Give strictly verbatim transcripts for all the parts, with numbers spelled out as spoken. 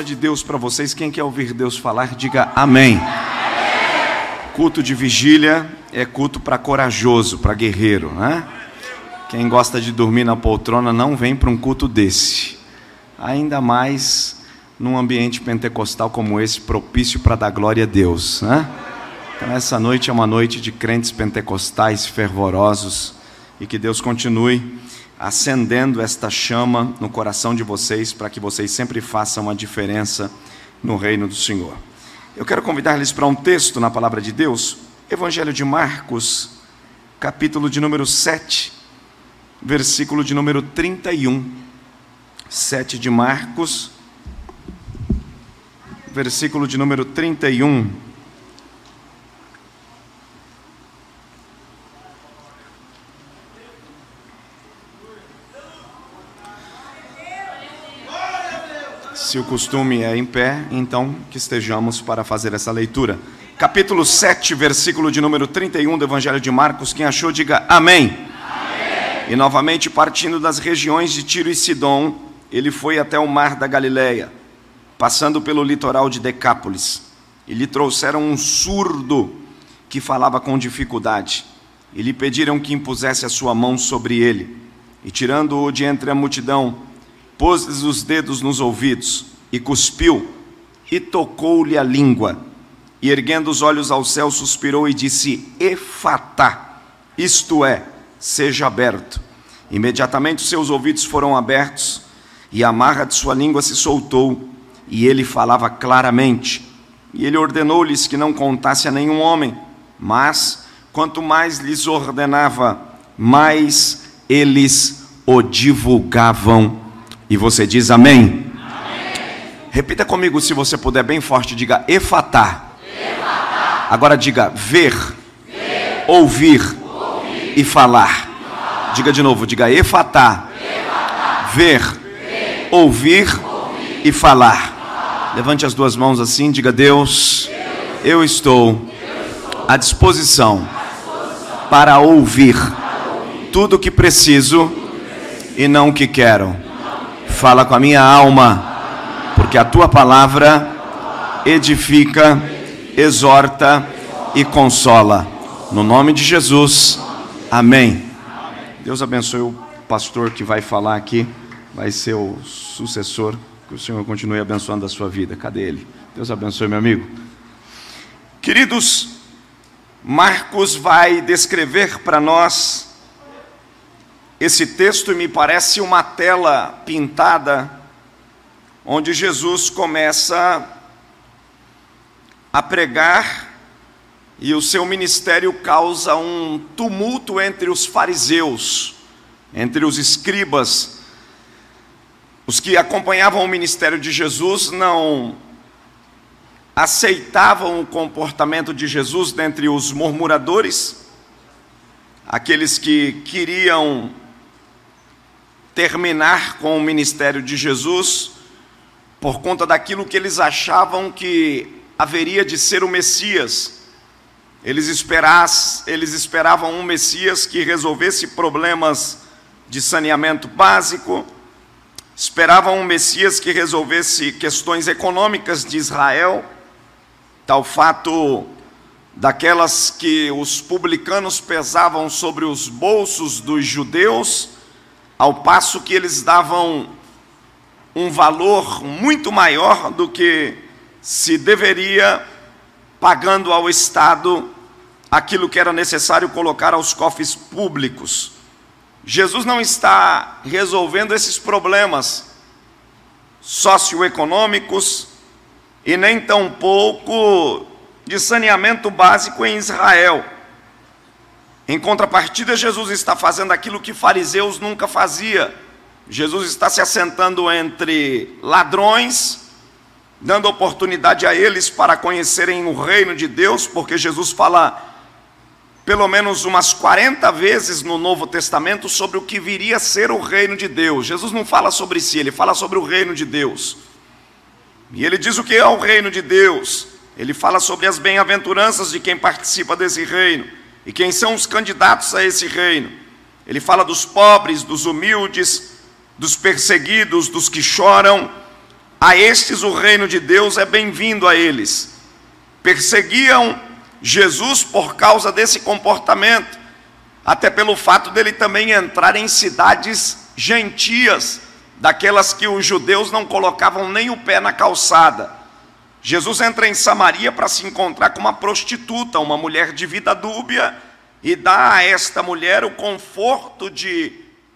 de Deus para vocês. Quem quer ouvir Deus falar, diga amém. Culto de vigília é culto para corajoso, para guerreiro, né? Quem gosta de dormir na poltrona não vem para um culto desse. Ainda mais num ambiente pentecostal como esse, propício para dar glória a Deus, né? Então essa noite é uma noite de crentes pentecostais fervorosos, e que Deus continue acendendo esta chama no coração de vocês, para que vocês sempre façam a diferença no reino do Senhor. Eu quero convidar-lhes para um texto na palavra de Deus, Evangelho de Marcos, capítulo de número sete, versículo de número trinta e um. sete de Marcos, versículo de número trinta e um. Se o costume é em pé, então que estejamos para fazer essa leitura. Capítulo sete, versículo de número trinta e um do Evangelho de Marcos. Quem achou, diga amém. Amém. E novamente, partindo das regiões de Tiro e Sidom, ele foi até o mar da Galileia, passando pelo litoral de Decápolis. E lhe trouxeram um surdo que falava com dificuldade. E lhe pediram que impusesse a sua mão sobre ele. E tirando-o de entre a multidão, pôs-lhes os dedos nos ouvidos, e cuspiu, e tocou-lhe a língua. E erguendo os olhos ao céu, suspirou e disse: Efatá, isto é, seja aberto. Imediatamente os seus ouvidos foram abertos, e a amarra de sua língua se soltou, e ele falava claramente. E ele ordenou-lhes que não contasse a nenhum homem, mas, quanto mais lhes ordenava, mais eles o divulgavam. E você diz amém? Amém. Repita comigo, se você puder, bem forte, diga efatá. Efatá. Agora diga ver, ver. Ouvir, ouvir. E falar. falar. Diga de novo, diga efatá. Efatá. Ver, ver. Ouvir, ouvir. E falar. falar. Levante as duas mãos assim, diga: Deus, Deus. Eu, estou eu estou à disposição, à disposição. Para, ouvir para ouvir tudo o que preciso, preciso. E não o que quero. Fala com a minha alma, porque a tua palavra edifica, exorta e consola. No nome de Jesus, amém. Deus abençoe o pastor que vai falar aqui, vai ser o sucessor, que o Senhor continue abençoando a sua vida. Cadê ele? Deus abençoe, meu amigo. Queridos, Marcos vai descrever para nós esse texto, me parece uma tela pintada, onde Jesus começa a pregar, e o seu ministério causa um tumulto entre os fariseus, entre os escribas. Os que acompanhavam o ministério de Jesus não aceitavam o comportamento de Jesus dentre os murmuradores, aqueles que queriam terminar com o ministério de Jesus por conta daquilo que eles achavam que haveria de ser o Messias. Eles, esperass, eles esperavam um Messias que resolvesse problemas de saneamento básico, esperavam um Messias que resolvesse questões econômicas de Israel, tal fato daquelas que os publicanos pesavam sobre os bolsos dos judeus, ao passo que eles davam um valor muito maior do que se deveria, pagando ao Estado aquilo que era necessário colocar aos cofres públicos. Jesus não está resolvendo esses problemas socioeconômicos e nem tampouco de saneamento básico em Israel. Em contrapartida, Jesus está fazendo aquilo que fariseus nunca fazia. Jesus está se assentando entre ladrões, dando oportunidade a eles para conhecerem o reino de Deus, porque Jesus fala pelo menos umas quarenta vezes no Novo Testamento sobre o que viria a ser o reino de Deus. Jesus não fala sobre si, ele fala sobre o reino de Deus. E ele diz o que é o reino de Deus. Ele fala sobre as bem-aventuranças de quem participa desse reino e quem são os candidatos a esse reino. Ele fala dos pobres, dos humildes, dos perseguidos, dos que choram, a estes o reino de Deus é bem-vindo a eles. Perseguiam Jesus por causa desse comportamento, até pelo fato dele também entrar em cidades gentias, daquelas que os judeus não colocavam nem o pé na calçada. Jesus entra em Samaria para se encontrar com uma prostituta, uma mulher de vida dúbia, e dá a esta mulher o conforto de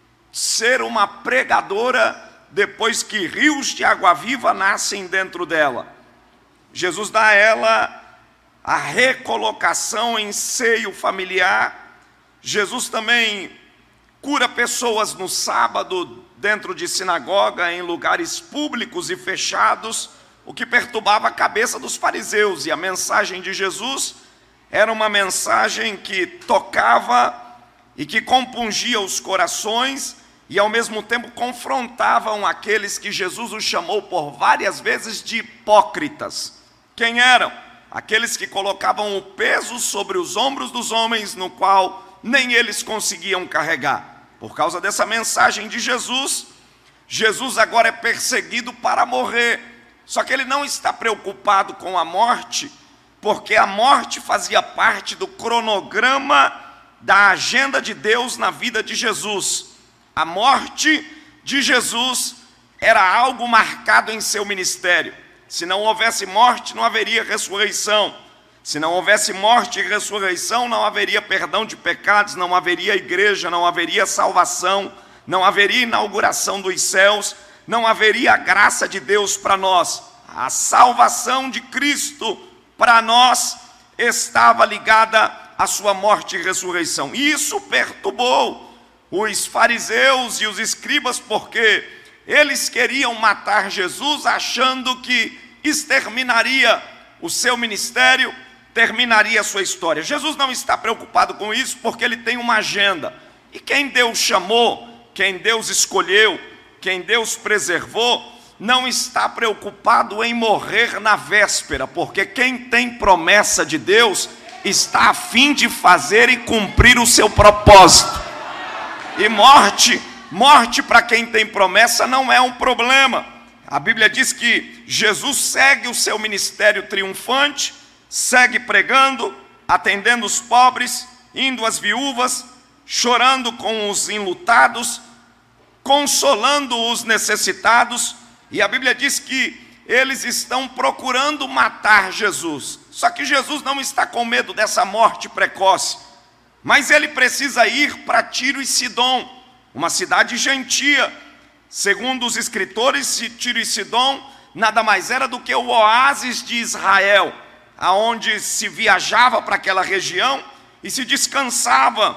ser uma pregadora, depois que rios de água viva nascem dentro dela. Jesus dá a ela a recolocação em seio familiar. Jesus também cura pessoas no sábado, dentro de sinagoga, em lugares públicos e fechados, o que perturbava a cabeça dos fariseus. E a mensagem de Jesus era uma mensagem que tocava e que compungia os corações, e ao mesmo tempo confrontavam aqueles que Jesus os chamou por várias vezes de hipócritas. Quem eram? Aqueles que colocavam o peso sobre os ombros dos homens, no qual nem eles conseguiam carregar. Por causa dessa mensagem de Jesus, Jesus agora é perseguido para morrer. Só que ele não está preocupado com a morte, porque a morte fazia parte do cronograma da agenda de Deus na vida de Jesus. A morte de Jesus era algo marcado em seu ministério. Se não houvesse morte, não haveria ressurreição. Se não houvesse morte e ressurreição, não haveria perdão de pecados, não haveria igreja, não haveria salvação, não haveria inauguração dos céus, não haveria a graça de Deus para nós. A salvação de Cristo para nós estava ligada à sua morte e ressurreição. E isso perturbou os fariseus e os escribas, porque eles queriam matar Jesus, achando que exterminaria o seu ministério, terminaria a sua história. Jesus não está preocupado com isso, porque ele tem uma agenda. E quem Deus chamou, quem Deus escolheu, quem Deus preservou, não está preocupado em morrer na véspera, porque quem tem promessa de Deus está a fim de fazer e cumprir o seu propósito. E morte, morte para quem tem promessa não é um problema. A Bíblia diz que Jesus segue o seu ministério triunfante, segue pregando, atendendo os pobres, indo às viúvas, chorando com os enlutados, consolando os necessitados. E a Bíblia diz que eles estão procurando matar Jesus. Só que Jesus não está com medo dessa morte precoce, mas ele precisa ir para Tiro e Sidom, uma cidade gentia. Segundo os escritores, Tiro e Sidom nada mais era do que o oásis de Israel, aonde se viajava para aquela região e se descansava,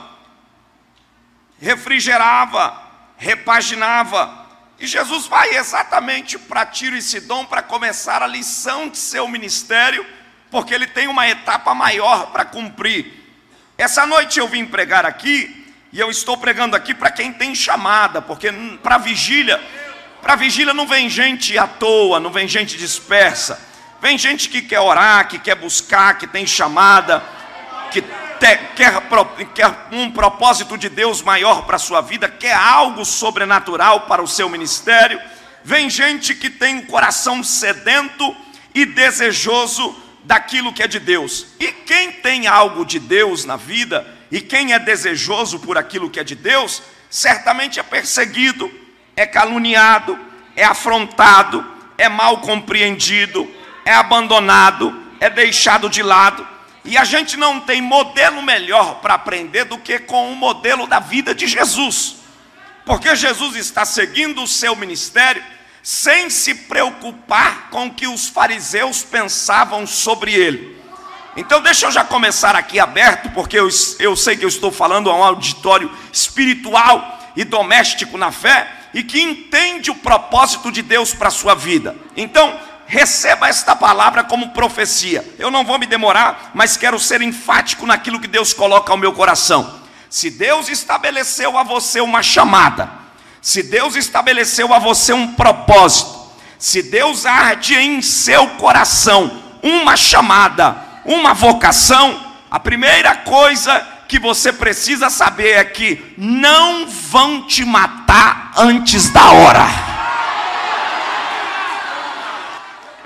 refrigerava, repaginava. E Jesus vai exatamente para Tiro e Sidom para começar a lição de seu ministério, porque ele tem uma etapa maior para cumprir. Essa noite eu vim pregar aqui, e eu estou pregando aqui para quem tem chamada, porque para vigília, para vigília não vem gente à toa, não vem gente dispersa. Vem gente que quer orar, que quer buscar, que tem chamada, que te, quer, quer um propósito de Deus maior para a sua vida, quer algo sobrenatural para o seu ministério. Vem gente que tem um coração sedento e desejoso daquilo que é de Deus. E quem tem algo de Deus na vida, e quem é desejoso por aquilo que é de Deus, certamente é perseguido, é caluniado, é afrontado, é mal compreendido, é abandonado, é deixado de lado. E a gente não tem modelo melhor para aprender do que com o modelo da vida de Jesus, porque Jesus está seguindo o seu ministério sem se preocupar com o que os fariseus pensavam sobre ele. Então deixa eu já começar aqui aberto, porque eu, eu sei que eu estou falando a um auditório espiritual e doméstico na fé, e que entende o propósito de Deus para a sua vida. Então receba esta palavra como profecia. Eu não vou me demorar, mas quero ser enfático naquilo que Deus coloca ao meu coração. Se Deus estabeleceu a você uma chamada, se Deus estabeleceu a você um propósito, se Deus arde em seu coração uma chamada, uma vocação, a primeira coisa que você precisa saber é que não vão te matar antes da hora.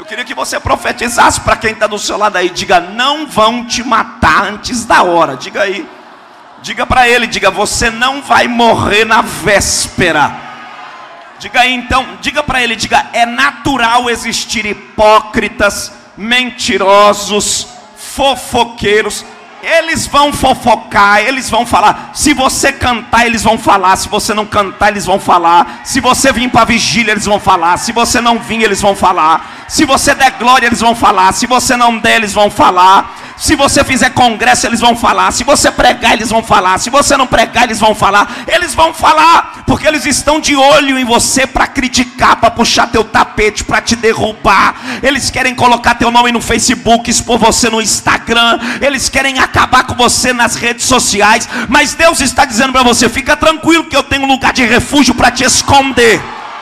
Eu queria que você profetizasse para quem está do seu lado aí. Diga: não vão te matar antes da hora. Diga aí. Diga para ele, diga: você não vai morrer na véspera. Diga aí então, diga para ele, diga: é natural existir hipócritas, mentirosos, fofoqueiros. Eles vão fofocar, eles vão falar. Se você cantar, eles vão falar. Se você não cantar, eles vão falar. Se você vir para a vigília, eles vão falar. Se você não vir, eles vão falar. Se você der glória, eles vão falar. Se você não der, eles vão falar. Se você fizer congresso, eles vão falar. Se você pregar, eles vão falar. Se você não pregar, eles vão falar. Eles vão falar, porque eles estão de olho em você para criticar, para puxar teu tapete, para te derrubar. Eles querem colocar teu nome no Facebook, expor você no Instagram. Eles querem acabar com você nas redes sociais. Mas Deus está dizendo para você: fica tranquilo que eu tenho um lugar de refúgio para te esconder.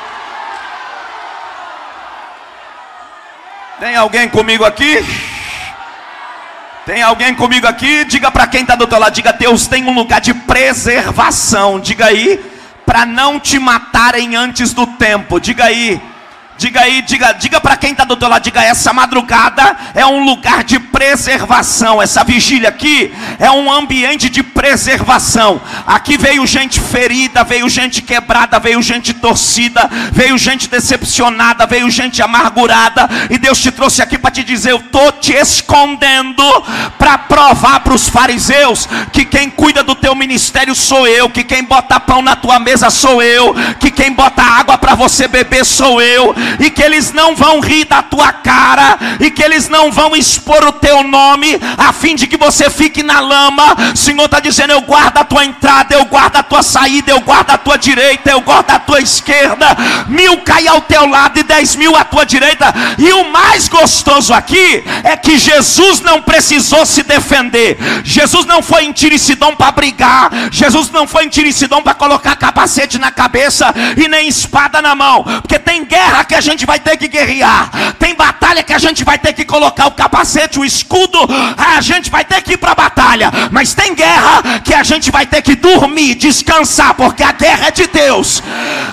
Tem alguém comigo aqui? Tem alguém comigo aqui? Diga para quem está do teu lado, diga: Deus tem um lugar de preservação. Diga aí, para não te matarem antes do tempo. Diga aí, diga aí, diga, diga para quem está do teu lado, diga: essa madrugada é um lugar de preservação. Essa vigília aqui é um ambiente de preservação. Aqui veio gente ferida, veio gente quebrada, veio gente torcida, veio gente decepcionada, veio gente amargurada. E Deus te trouxe aqui para te dizer: eu estou te escondendo para provar para os fariseus que quem cuida do teu ministério sou eu, que quem bota pão na tua mesa sou eu, que quem bota água para você beber sou eu, e que eles não vão rir da tua cara, e que eles não vão expor o teu nome, a fim de que você fique na lama. O Senhor está dizendo: eu guardo a tua entrada, eu guardo a tua saída, eu guardo a tua direita, eu guardo a tua esquerda. Mil cai ao teu lado e dez mil à tua direita. E o mais gostoso aqui é que Jesus não precisou se defender. Jesus não foi em Tiro e Sidom para brigar. Jesus não foi em Tiro e Sidom para colocar capacete na cabeça e nem espada na mão. Porque tem guerra que a gente vai ter que guerrear, tem batalha que a gente vai ter que colocar o capacete, o escudo, a gente vai ter que ir para a batalha. Mas tem guerra que a gente vai ter que dormir, descansar, porque a guerra é de Deus.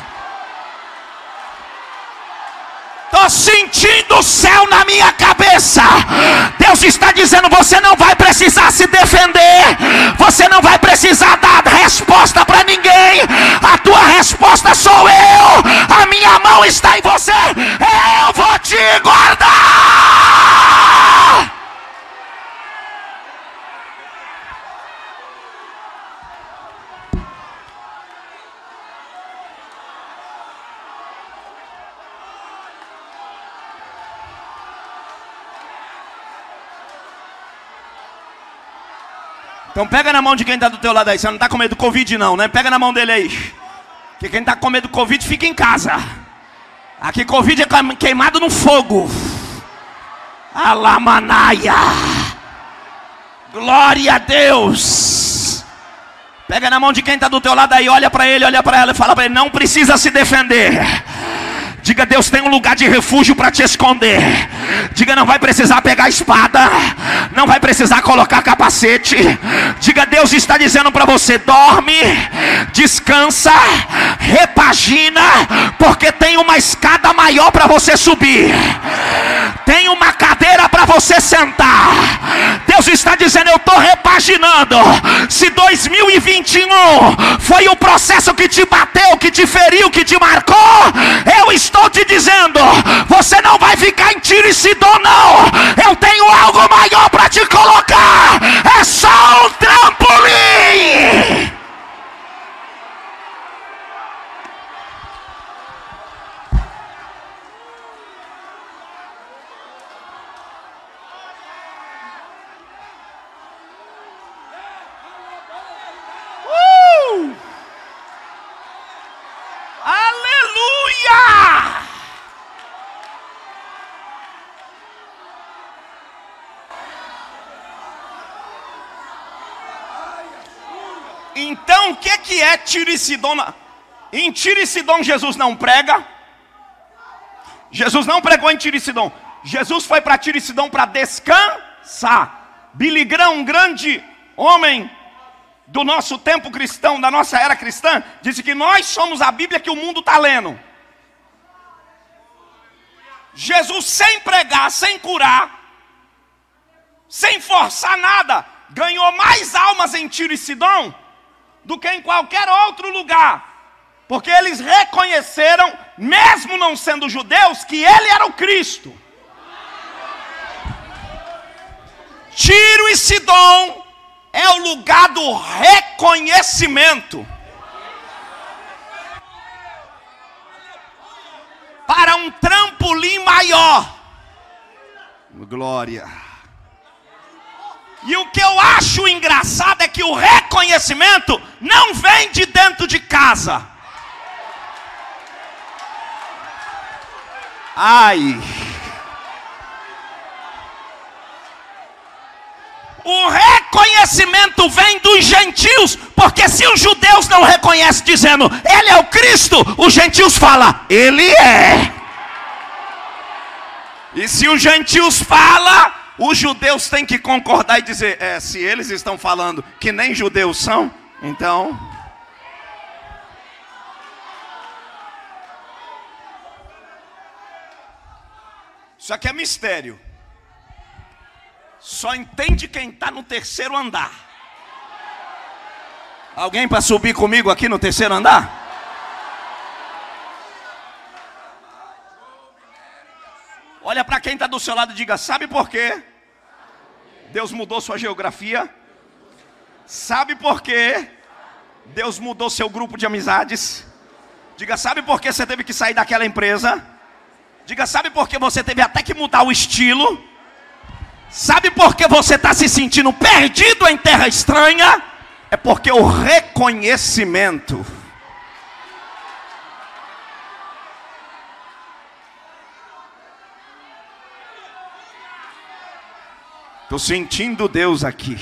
Estou sentindo o céu na minha cabeça. Deus está dizendo: você não vai precisar se defender, você não vai precisar dar resposta para ninguém. A tua resposta sou eu. A minha mão está em você. Eu vou te guardar. Então pega na mão de quem está do teu lado aí. Você não está com medo do Covid não, né? Pega na mão dele aí. Que quem está com medo do Covid fica em casa. Aqui Covid é queimado no fogo. Alamanaia. Glória a Deus. Pega na mão de quem está do teu lado aí. Olha para ele, olha para ela e fala para ele: não precisa se defender. Diga: Deus tem um lugar de refúgio para te esconder. Diga: não vai precisar pegar espada, não vai precisar colocar capacete. Diga: Deus está dizendo para você: dorme, descansa, repagina, porque tem uma escada maior para você subir, tem uma cadeira para você sentar. Deus está dizendo: eu estou repaginando. Se dois mil e vinte e um foi o processo que te bateu, que te feriu, que te marcou, eu estou te dizendo: você não vai ficar em Tiro e Sidom não. Eu tenho algo maior para te colocar. É só um trampolim. Uh! Aleluia! Então o que, que é Tiro e Sidom? Em Tiro e Sidom Jesus não prega. Jesus não pregou em Tiro e Sidom. Jesus foi para Tiro e Sidom para descansar. Billy Graham, um grande homem do nosso tempo cristão, da nossa era cristã, disse que nós somos a Bíblia que o mundo está lendo. Jesus, sem pregar, sem curar, sem forçar nada, ganhou mais almas em Tiro e Sidom do que em qualquer outro lugar. Porque eles reconheceram, mesmo não sendo judeus, que ele era o Cristo. Tiro e Sidom é o lugar do reconhecimento. Para um trampolim maior. Glória. E o que eu acho engraçado é que o reconhecimento não vem de dentro de casa. Ai. O reconhecimento vem dos gentios, porque se os judeus não reconhecem dizendo, ele é o Cristo, os gentios falam, ele é. E se os gentios falam, os judeus têm que concordar e dizer, é, se eles estão falando que nem judeus são, então... Isso aqui é mistério. Só entende quem está no terceiro andar. Alguém para subir comigo aqui no terceiro andar? Olha para quem está do seu lado e diga, sabe por quê? Deus mudou sua geografia? Sabe por quê? Deus mudou seu grupo de amizades? Diga, sabe por que você teve que sair daquela empresa? Diga, sabe por que você teve até que mudar o estilo? Sabe por que você está se sentindo perdido em terra estranha? É porque o reconhecimento. Estou sentindo Deus aqui.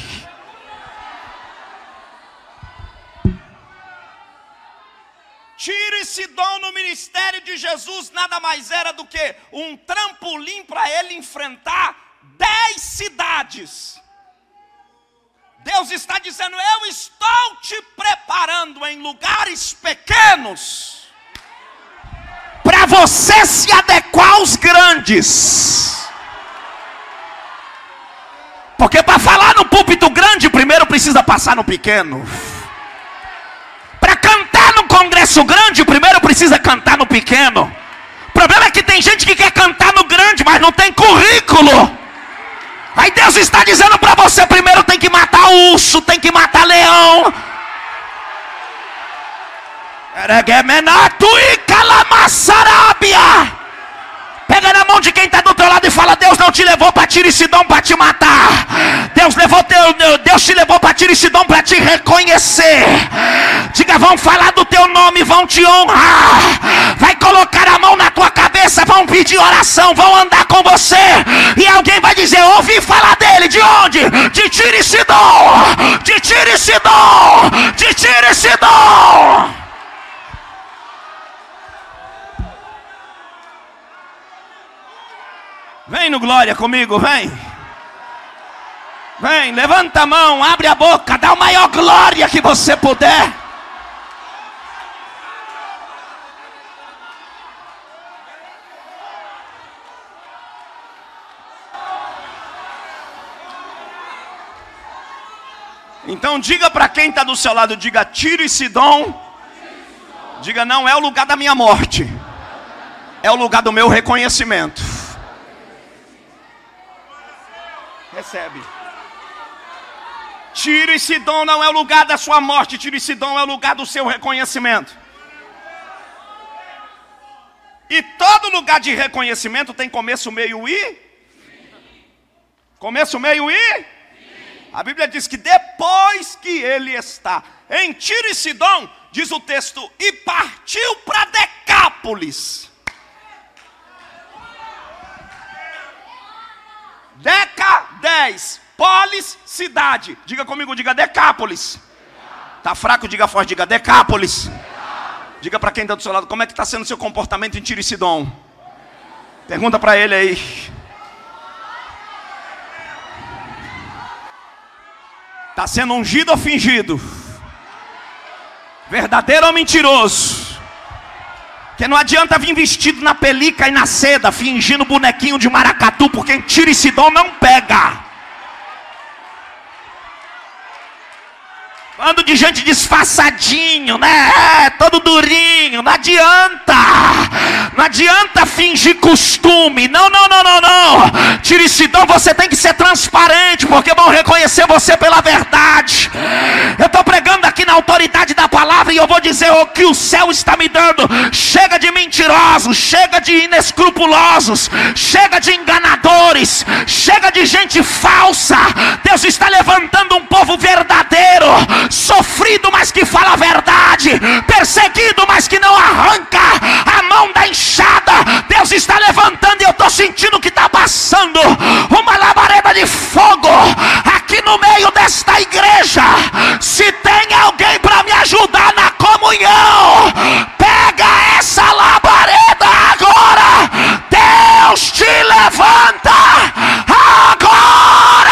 Tiro e Sidom no ministério de Jesus nada mais era do que um trampolim para ele enfrentar dez cidades. Deus está dizendo, eu estou te preparando em lugares pequenos para você se adequar aos grandes. Porque para falar no púlpito grande, primeiro precisa passar no pequeno. Para cantar no congresso grande, primeiro precisa cantar no pequeno. O problema é que tem gente que quer cantar no grande, mas não tem currículo. Aí Deus está dizendo para você, primeiro tem que matar urso, tem que matar leão. Pega na mão de quem está do teu lado e fala, Deus não te levou para Tiro e Sidom para te matar. Deus, levou teu, Deus te levou para Tiro e Sidom para te reconhecer. Diga, vão falar do teu nome, vão te honrar. Vai colocar a mão na tua cabeça, vão pedir oração, vão andar com você. E alguém vai dizer, ouvi falar dele, de onde? De Tiro e Sidom. De Tiro e Sidom. De Tiro e Sidom. Vem no glória comigo, vem. Vem, levanta a mão, abre a boca, dá a maior glória que você puder. Então diga para quem está do seu lado, diga, Tiro e Sidom. Diga, não é o lugar da minha morte, é o lugar do meu reconhecimento. Recebe. Tiro e Sidom não é o lugar da sua morte, Tiro e Sidom é o lugar do seu reconhecimento. E todo lugar de reconhecimento tem começo, meio e? Começo, meio e? A Bíblia diz que depois que ele está em Tiro e Sidom, diz o texto, e partiu para Decápolis. Deca, dez. Polis, cidade. Diga comigo, diga Decápolis. Tá fraco, diga forte, diga Decápolis. Diga para quem está do seu lado, como é que está sendo o seu comportamento em Tiro e Sidom? Pergunta para ele aí. Está sendo ungido ou fingido? Verdadeiro ou mentiroso? Porque não adianta vir vestido na pelica e na seda, fingindo bonequinho de maracatu, porque em Tiro e Sidom não pega. Ando de gente disfarçadinho, né? É, todo durinho. Não adianta. Não adianta fingir costume. Não, não, não, não, não. Tiro e Sidom, você tem que ser transparente, porque vão reconhecer você pela verdade. Eu estou pregando aqui na autoridade da palavra e eu vou dizer o que o céu está me dando. Chega de mentirosos, chega de inescrupulosos, chega de enganadores, chega de gente falsa. Deus está levantando um povo verdadeiro, sofrido, mas que fala a verdade, perseguido, mas que não arranca a mão da enxada. Deus está levantando e eu estou sentindo que está passando uma labareda de fogo aqui no meio desta igreja. Se tem alguém para me ajudar na comunhão, pega essa labareda agora. Deus te levanta agora.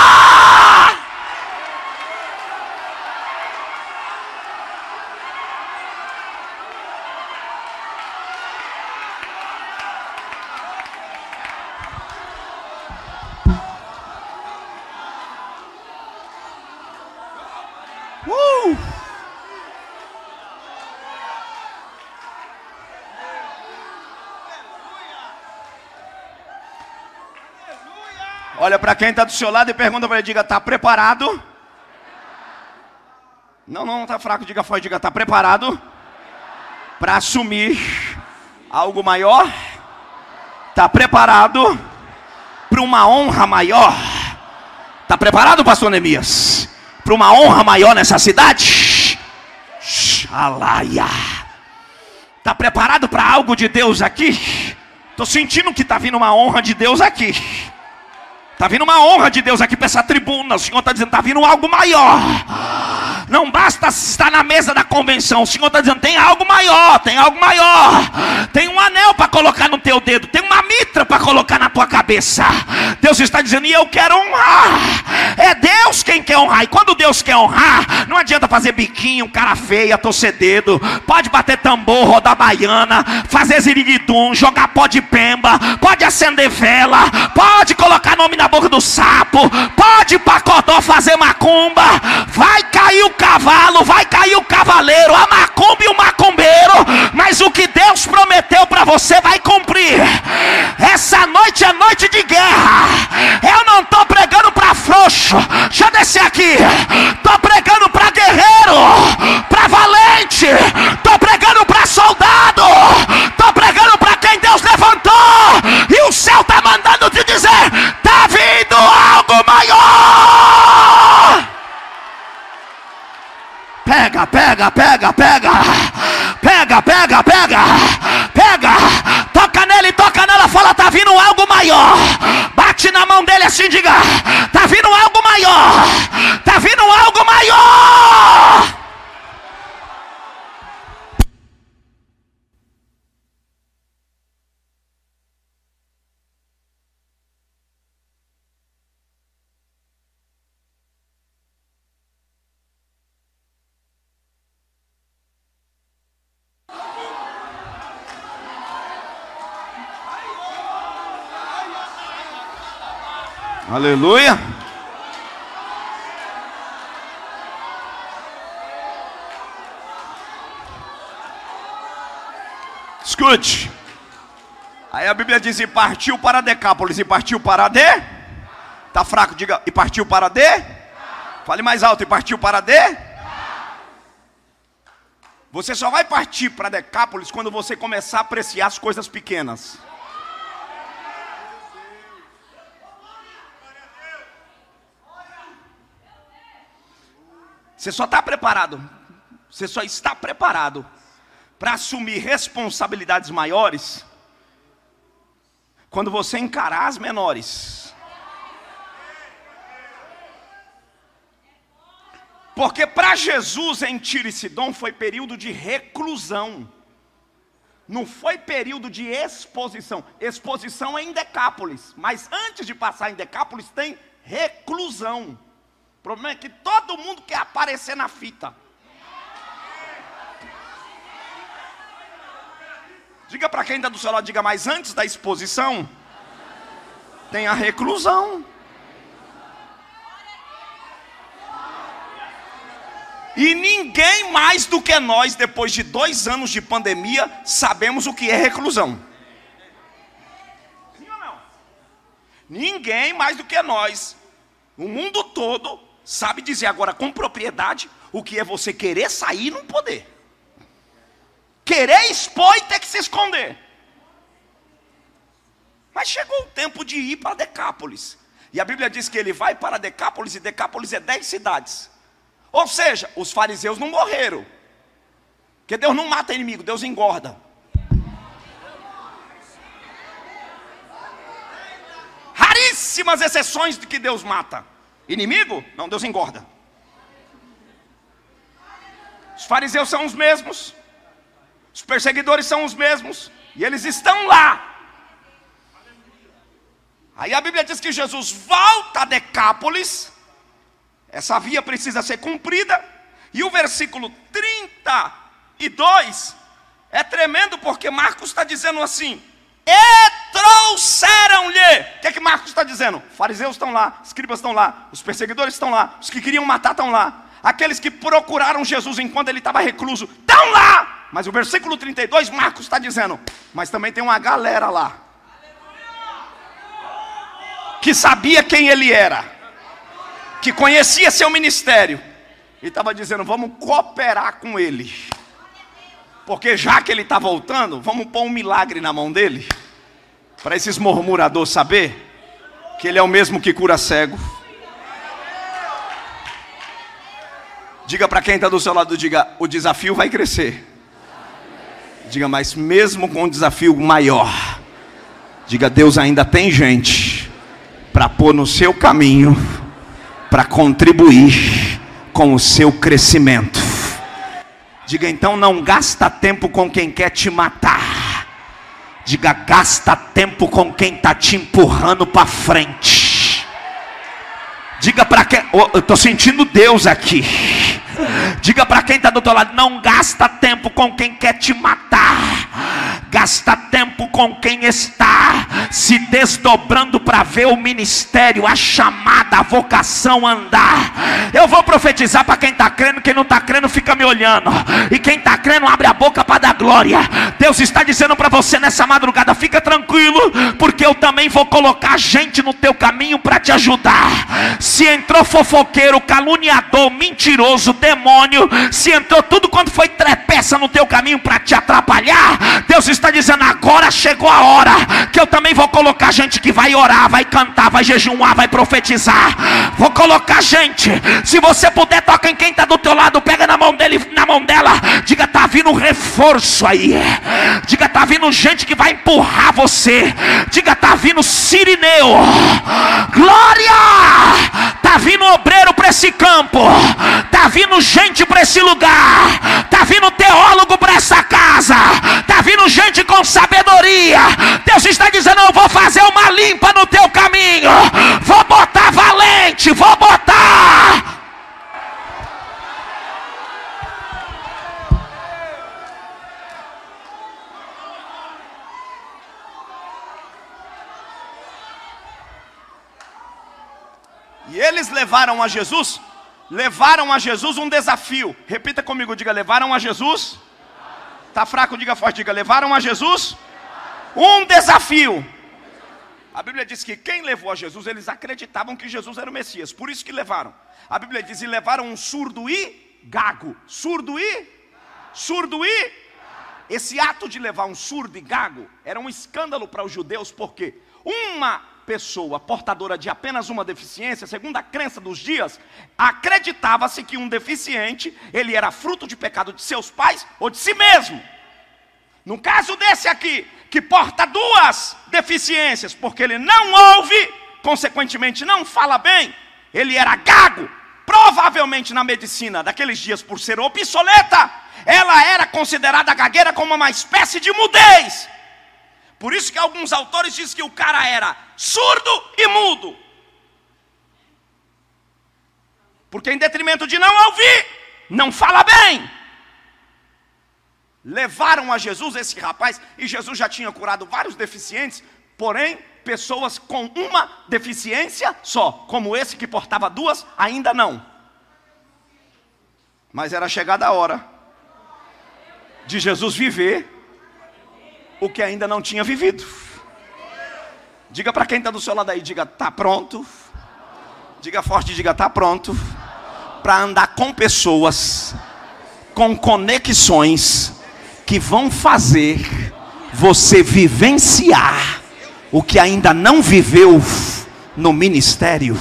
Uh! Olha para quem está do seu lado e pergunta para ele, diga, está preparado? Não, não, está fraco, diga forte, diga, está preparado para assumir algo maior? Está preparado para uma honra maior? Está preparado, pastor Neemias, para uma honra maior nessa cidade? Xalaia. Está preparado para algo de Deus aqui? Estou sentindo que está vindo uma honra de Deus aqui. Está vindo uma honra de Deus aqui para essa tribuna. O Senhor está dizendo, está vindo algo maior. Não basta estar na mesa da convenção. O Senhor está dizendo, tem algo maior, tem algo maior. Tem um anel para colocar no teu dedo, tem uma mitra para colocar na tua cabeça. Deus está dizendo, e eu quero honrar. É Deus quem quer honrar. E quando Deus quer honrar, não adianta fazer biquinho, cara feia, torcer dedo. Pode bater tambor, rodar baiana, fazer ziriguidum, jogar pó de pemba, pode acender vela, pode colocar nome na boca do sapo, pode pacotó fazer macumba. Vai cair o cavalo, vai cair o cavaleiro, a macumba e o macumbeiro, mas o que Deus prometeu para você vai cumprir. Essa noite é noite de guerra. Eu não estou pregando para frouxo, deixa eu descer aqui. Estou pregando para guerreiro, para valente, estou pregando para soldado, estou pregando para quem Deus levantou. E o céu está mandando te dizer, está vindo algo maior. Pega, pega, pega, pega, pega, pega, pega, pega, toca nele, toca nela, fala, tá vindo algo maior. Bate na mão dele assim, diga, tá vindo algo maior, tá vindo algo maior. Aleluia. Escute. Aí a Bíblia diz, e partiu para Decápolis. E partiu para D? Tá fraco, diga, e partiu para D? Fale mais alto, e partiu para D? Você só vai partir para Decápolis quando você começar a apreciar as coisas pequenas. Você só está preparado, você só está preparado para assumir responsabilidades maiores quando você encarar as menores. Porque para Jesus em Tiro e Sidom foi período de reclusão, não foi período de exposição. Exposição é em Decápolis, mas antes de passar em Decápolis tem reclusão. O problema é que todo mundo quer aparecer na fita. Diga para quem está do seu lado, diga, mas antes da exposição, tem a reclusão. E ninguém mais do que nós, depois de dois anos de pandemia, sabemos o que é reclusão. Sim ou não? Ninguém mais do que nós, o mundo todo, sabe dizer agora com propriedade o que é você querer sair e não poder. Querer expor e ter que se esconder. Mas chegou o tempo de ir para Decápolis. E a Bíblia diz que ele vai para Decápolis, e Decápolis é dez cidades. Ou seja, os fariseus não morreram. Porque Deus não mata inimigo, Deus engorda. Raríssimas exceções de que Deus mata. Inimigo? Não, Deus engorda. Os fariseus são os mesmos. Os perseguidores são os mesmos. E eles estão lá. Aí a Bíblia diz que Jesus volta a Decápolis. Essa via precisa ser cumprida. E o versículo trinta e dois é tremendo, porque Marcos está dizendo assim: e trouxeram-lhe. O que é que Marcos está dizendo? Fariseus estão lá, escribas estão lá, os perseguidores estão lá, os que queriam matar estão lá, aqueles que procuraram Jesus enquanto ele estava recluso estão lá. Mas o versículo trinta e dois, Marcos está dizendo, mas também tem uma galera lá que sabia quem ele era, que conhecia seu ministério, e estava dizendo, vamos cooperar com ele, porque já que ele está voltando, vamos pôr um milagre na mão dele, para esses murmuradores saber que ele é o mesmo que cura cego. Diga para quem está do seu lado, diga, o desafio vai crescer. Diga, mas mesmo com um desafio maior, diga, Deus ainda tem gente para pôr no seu caminho, para contribuir com o seu crescimento. Diga, então não gasta tempo com quem quer te matar. Diga, gasta tempo com quem está te empurrando para frente. Diga para quem, oh, eu estou sentindo Deus aqui. Diga para quem está do teu lado, não gasta tempo com quem quer te matar. Gasta tempo com quem está se desdobrando para ver o ministério, a chamada, a vocação andar. Eu vou profetizar para quem está crendo, quem não está crendo fica me olhando. E quem está crendo abre a boca para dar glória. Deus está dizendo para você nessa madrugada, fica tranquilo, porque eu também vou colocar gente no teu caminho para te ajudar. Se entrou fofoqueiro, caluniador, mentiroso, demônio, se entrou tudo quanto foi trepeça no teu caminho para te atrapalhar, Deus está dizendo, agora chegou a hora que eu também vou colocar gente que vai orar, vai cantar, vai jejuar, vai profetizar. Vou colocar gente. Se você puder, toca em quem está do teu lado, pega na mão dele, na mão dela, diga, tá vindo reforço aí. Diga, tá vindo gente que vai empurrar você. Diga, tá vindo Sirineu. Glória! Tá vindo obreiro para esse campo. Tá vindo gente para esse lugar. Tá vindo teólogo para essa casa. Tá vindo gente com sabedoria. Deus está dizendo, eu vou fazer uma limpa no teu caminho. Vou botar valente, vou botar. E eles levaram a Jesus, levaram a Jesus um desafio. Repita comigo, diga, levaram a Jesus. Está fraco, diga forte, diga, levaram a Jesus um desafio. A Bíblia diz que quem levou a Jesus, eles acreditavam que Jesus era o Messias, por isso que levaram. A Bíblia diz, e levaram um surdo e gago. Surdo e? Surdo e? Esse ato de levar um surdo e gago era um escândalo para os judeus, porque uma pessoa portadora de apenas uma deficiência, segundo a crença dos dias, acreditava-se que um deficiente, ele era fruto de pecado de seus pais ou de si mesmo. No caso desse aqui, que porta duas deficiências, porque ele não ouve, consequentemente não fala bem, ele era gago. Provavelmente na medicina daqueles dias, por ser obsoleta, ela era considerada a gagueira como uma espécie de mudez. Por isso que alguns autores dizem que o cara era surdo e mudo. Porque em detrimento de não ouvir, não fala bem. levaram a Jesus esse rapaz, e Jesus já tinha curado vários deficientes, porém, pessoas com uma deficiência só, como esse que portava duas, ainda não. Mas era chegada a hora de Jesus viver o que ainda não tinha vivido. Diga para quem está do seu lado aí, diga, está pronto? Diga forte, diga, está pronto para andar com pessoas, com conexões que vão fazer você vivenciar o que ainda não viveu no ministério.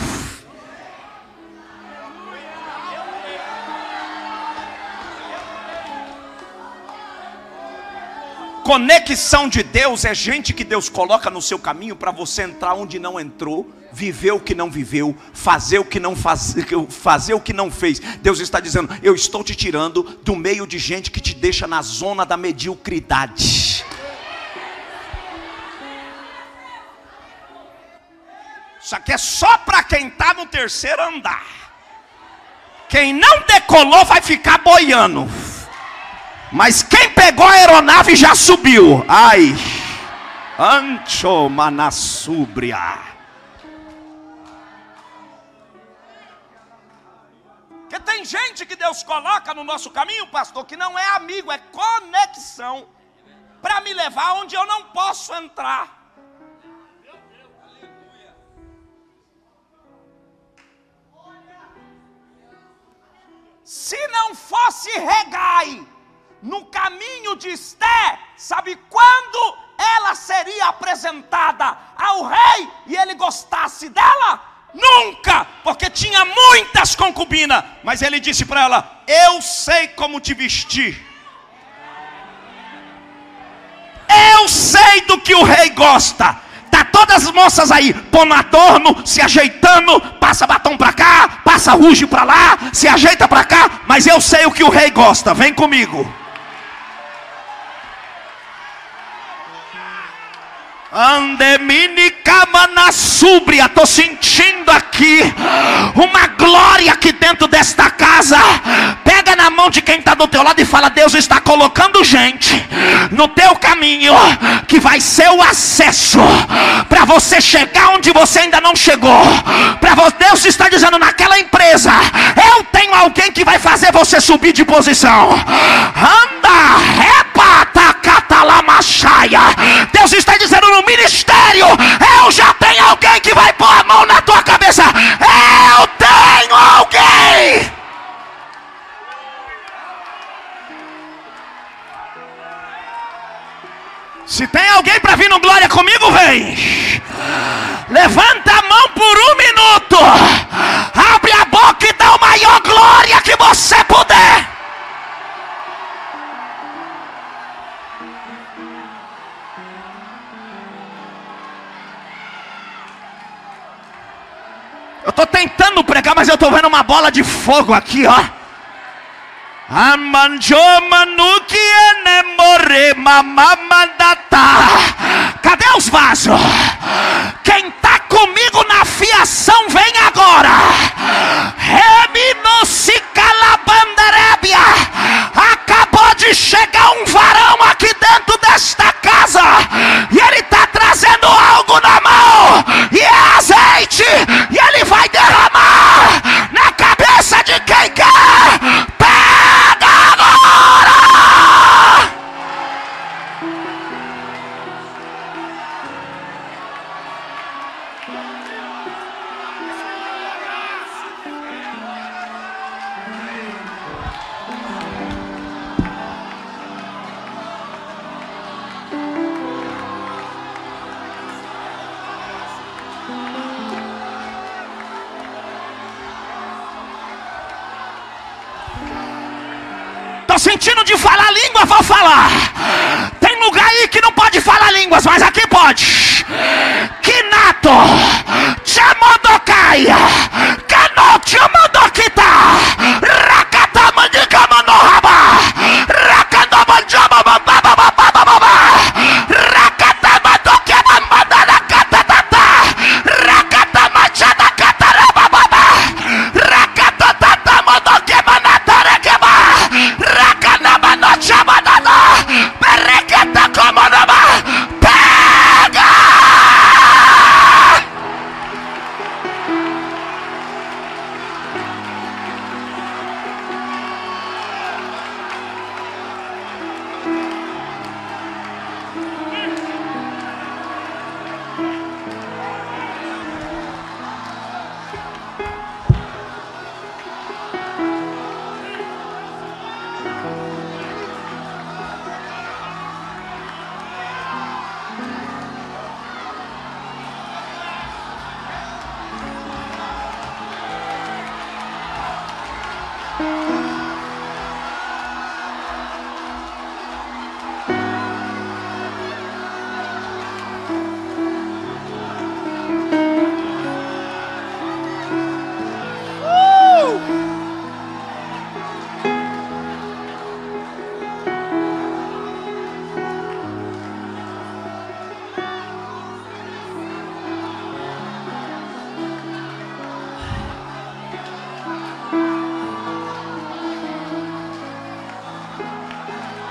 Conexão de Deus é gente que Deus coloca no seu caminho para você entrar onde não entrou, viver o que não viveu, fazer o que não faz, fazer o que não fez. Deus está dizendo, eu estou te tirando do meio de gente que te deixa na zona da mediocridade. Isso aqui é só para quem está no terceiro andar. Quem não decolou vai ficar boiando. Mas quem pegou a aeronave já subiu. Ai, ancho manassúbria. Porque tem gente que Deus coloca no nosso caminho, pastor, que não é amigo, é conexão, para me levar onde eu não posso entrar. Se não fosse Regai no caminho de Esté, sabe quando ela seria apresentada ao rei e ele gostasse dela? Nunca, porque tinha muitas concubinas. Mas ele disse para ela, eu sei como te vestir, eu sei do que o rei gosta. Tá todas as moças aí, pondo adorno, se ajeitando, passa batom para cá, passa ruge para lá, se ajeita para cá, mas eu sei o que o rei gosta, vem comigo. Andeminicama na súbria, estou sentindo aqui uma glória aqui dentro desta casa. Pega na mão de quem está do teu lado e fala, Deus está colocando gente no teu caminho que vai ser o acesso para você chegar onde você ainda não chegou. Para você, Deus está dizendo, naquela empresa eu tenho alguém que vai fazer você subir de posição. Anda, repata, catalamachaia. Deus está dizendo, no ministério eu já tenho alguém que vai pôr a mão na tua cabeça. Eu tenho alguém. Se tem alguém para vir no glória comigo, vem. Levanta a mão por um minuto, abre a boca e dá o maior glória que você puder. Eu estou tentando pregar, mas eu estou vendo uma bola de fogo aqui, ó. Cadê os vasos? Quem está comigo na fiação, vem agora. Acabou de chegar um varão aqui dentro desta casa, e ele está trazendo algo na mão, e é azeite, e ele vai derramar na cabeça de quem quer. Pega agora! Sentindo de falar língua, vou falar. Tem lugar aí que não pode falar línguas, mas aqui pode. Kinato, Chamodokaia, Kano, Chamodokita, Rakatamandica Manohaba, Rakatamanjabababababababa, Rakatamandokiamamadarakatata, Rakatamachadakatarabababa, Rakatatamandokiamanatarekeba, Rakanamanochabadana.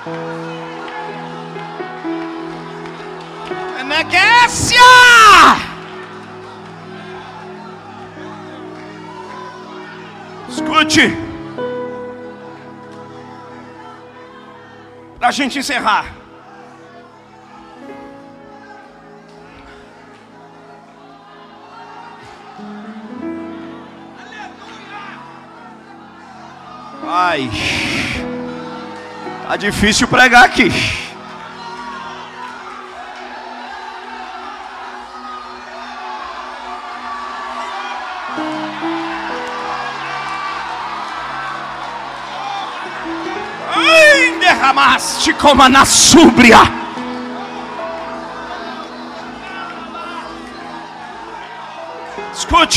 Enequécia! Escute, para a gente encerrar. Ai, tá difícil pregar aqui. Ai, derramaste como na súbria. Escute.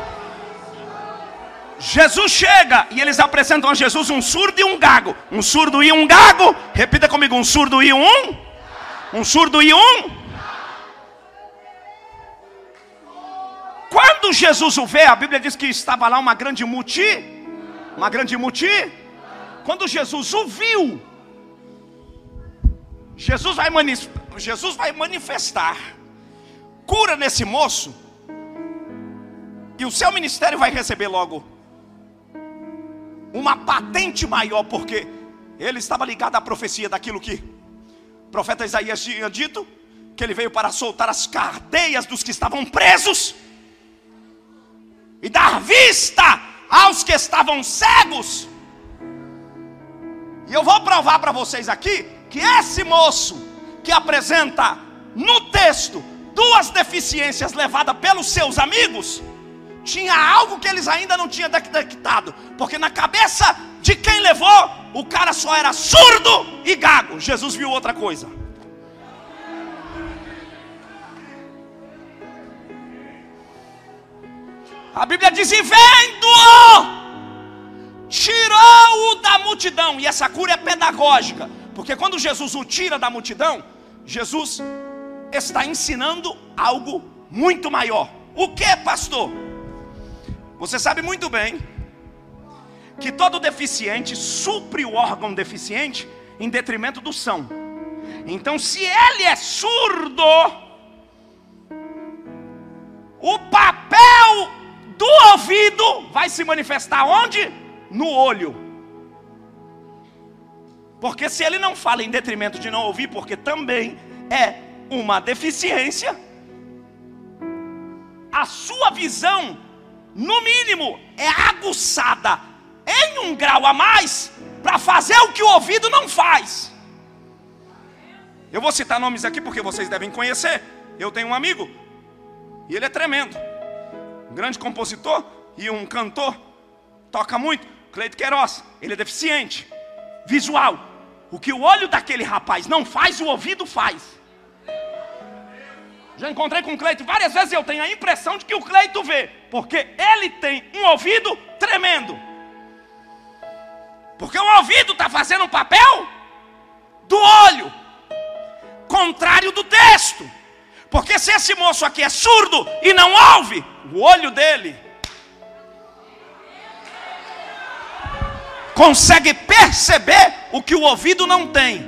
Jesus chega e eles apresentam a Jesus um surdo e um gago. Um surdo e um gago. Repita comigo, um surdo e um. Um surdo e um. Quando Jesus o vê, a Bíblia diz que estava lá uma grande multidão. Uma grande multidão. Quando Jesus o viu, Jesus vai, mani Jesus vai manifestar cura nesse moço. E o seu ministério vai receber logo uma patente maior, porque ele estava ligado à profecia daquilo que o profeta Isaías tinha dito, que ele veio para soltar as cadeias dos que estavam presos e dar vista aos que estavam cegos. E eu vou provar para vocês aqui que esse moço que apresenta no texto duas deficiências levadas pelos seus amigos, tinha algo que eles ainda não tinham detectado, porque na cabeça de quem levou, o cara só era surdo e gago. Jesus viu outra coisa. A Bíblia diz: e vendo-o, tirou-o da multidão. E essa cura é pedagógica, porque quando Jesus o tira da multidão, Jesus está ensinando algo muito maior. O que, pastor? Você sabe muito bem que todo deficiente supre o órgão deficiente em detrimento do são. Então, se ele é surdo, o papel do ouvido vai se manifestar onde? No olho. Porque se ele não fala em detrimento de não ouvir, porque também é uma deficiência, a sua visão, no mínimo, é aguçada em um grau a mais para fazer o que o ouvido não faz. Eu vou citar nomes aqui porque vocês devem conhecer. Eu tenho um amigo e ele é tremendo, um grande compositor e um cantor, toca muito, Cleito Queiroz. Ele é deficiente visual. O que o olho daquele rapaz não faz, o ouvido faz. Já encontrei com o Cleito várias vezes e eu tenho a impressão de que o Cleito vê, porque ele tem um ouvido tremendo. Porque o ouvido está fazendo um papel do olho, contrário do texto. Porque se esse moço aqui é surdo e não ouve, o olho dele consegue perceber o que o ouvido não tem.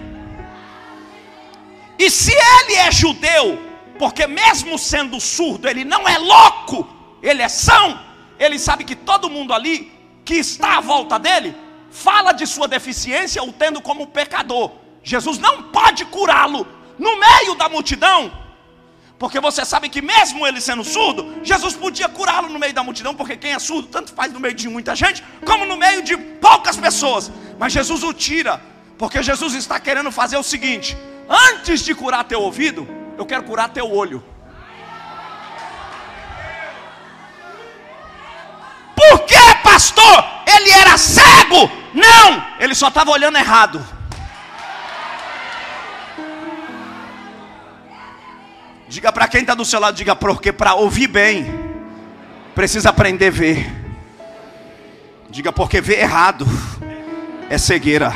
E se ele é judeu, porque mesmo sendo surdo, ele não é louco, ele é são, ele sabe que todo mundo ali que está à volta dele fala de sua deficiência, o tendo como pecador. Jesus não pode curá-lo no meio da multidão, porque você sabe que mesmo ele sendo surdo, Jesus podia curá-lo no meio da multidão, porque quem é surdo tanto faz no meio de muita gente, como no meio de poucas pessoas. Mas Jesus o tira, porque Jesus está querendo fazer o seguinte: antes de curar teu ouvido, eu quero curar teu olho. Por que, pastor? Ele era cego? Não, ele só estava olhando errado. Diga para quem está do seu lado, diga: porque para ouvir bem, precisa aprender a ver. Diga: porque ver errado é cegueira.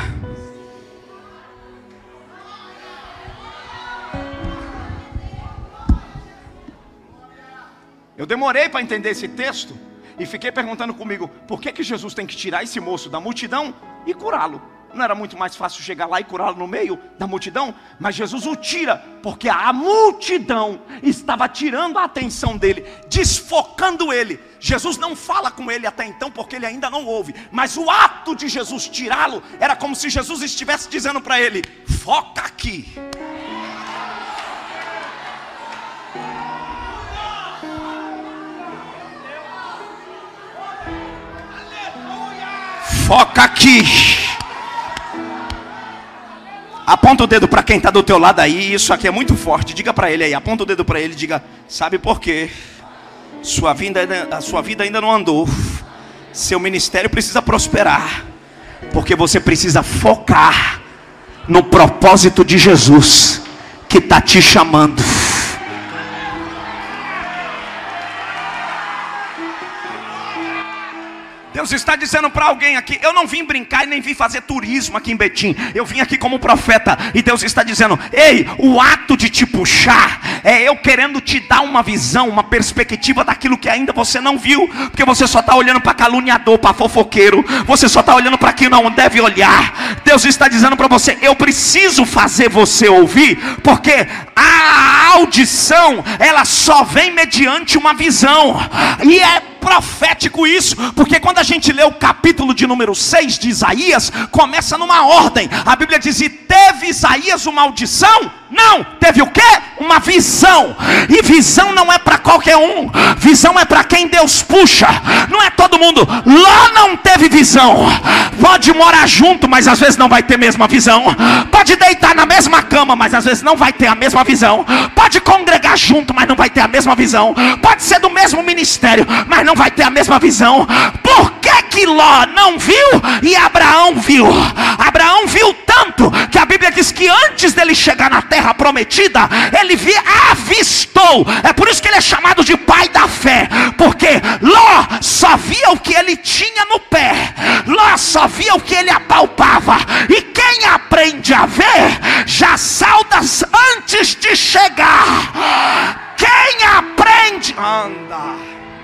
Eu demorei para entender esse texto e fiquei perguntando comigo: por que que Jesus tem que tirar esse moço da multidão e curá-lo? Não era muito mais fácil chegar lá e curá-lo no meio da multidão? Mas Jesus o tira, porque a multidão estava tirando a atenção dele, desfocando ele. Jesus não fala com ele até então, porque ele ainda não ouve. Mas o ato de Jesus tirá-lo, era como se Jesus estivesse dizendo para ele: foca aqui. Foca aqui. Aponta o dedo para quem está do teu lado aí. Isso aqui é muito forte. Diga para ele aí. Aponta o dedo para ele e diga: sabe por quê? Sua vida, a sua vida ainda não andou. Seu ministério precisa prosperar, porque você precisa focar no propósito de Jesus que está te chamando. Deus está dizendo para alguém aqui: eu não vim brincar e nem vim fazer turismo aqui em Betim. Eu vim aqui como profeta. E Deus está dizendo: ei, o ato de te puxar é eu querendo te dar uma visão, uma perspectiva daquilo que ainda você não viu. Porque você só está olhando para caluniador, para fofoqueiro. Você só está olhando para quem não deve olhar. Deus está dizendo para você: eu preciso fazer você ouvir, porque a audição, ela só vem mediante uma visão. E é profético isso, porque quando a gente lê o capítulo de número seis de Isaías, começa numa ordem. A Bíblia diz: e teve Isaías uma audição? Não, teve o quê? Uma visão. E visão não é para qualquer um, visão é para quem Deus puxa. Não é todo mundo. Ló não teve visão. Pode morar junto, mas às vezes não vai ter a mesma visão. Pode deitar na mesma cama, mas às vezes não vai ter a mesma visão. Pode congregar junto, mas não vai ter a mesma visão. Pode ser do mesmo ministério, mas não vai ter a mesma visão. Por que que Ló não viu e Abraão viu? Abraão viu tanto que a Bíblia diz que antes dele chegar na terra prometida, ele via, avistou. É por isso que ele é chamado de pai da fé, porque Ló só via o que ele tinha no pé. Ló só via o que ele apalpava. E quem aprende a ver, já salta antes de chegar. Quem aprende, anda.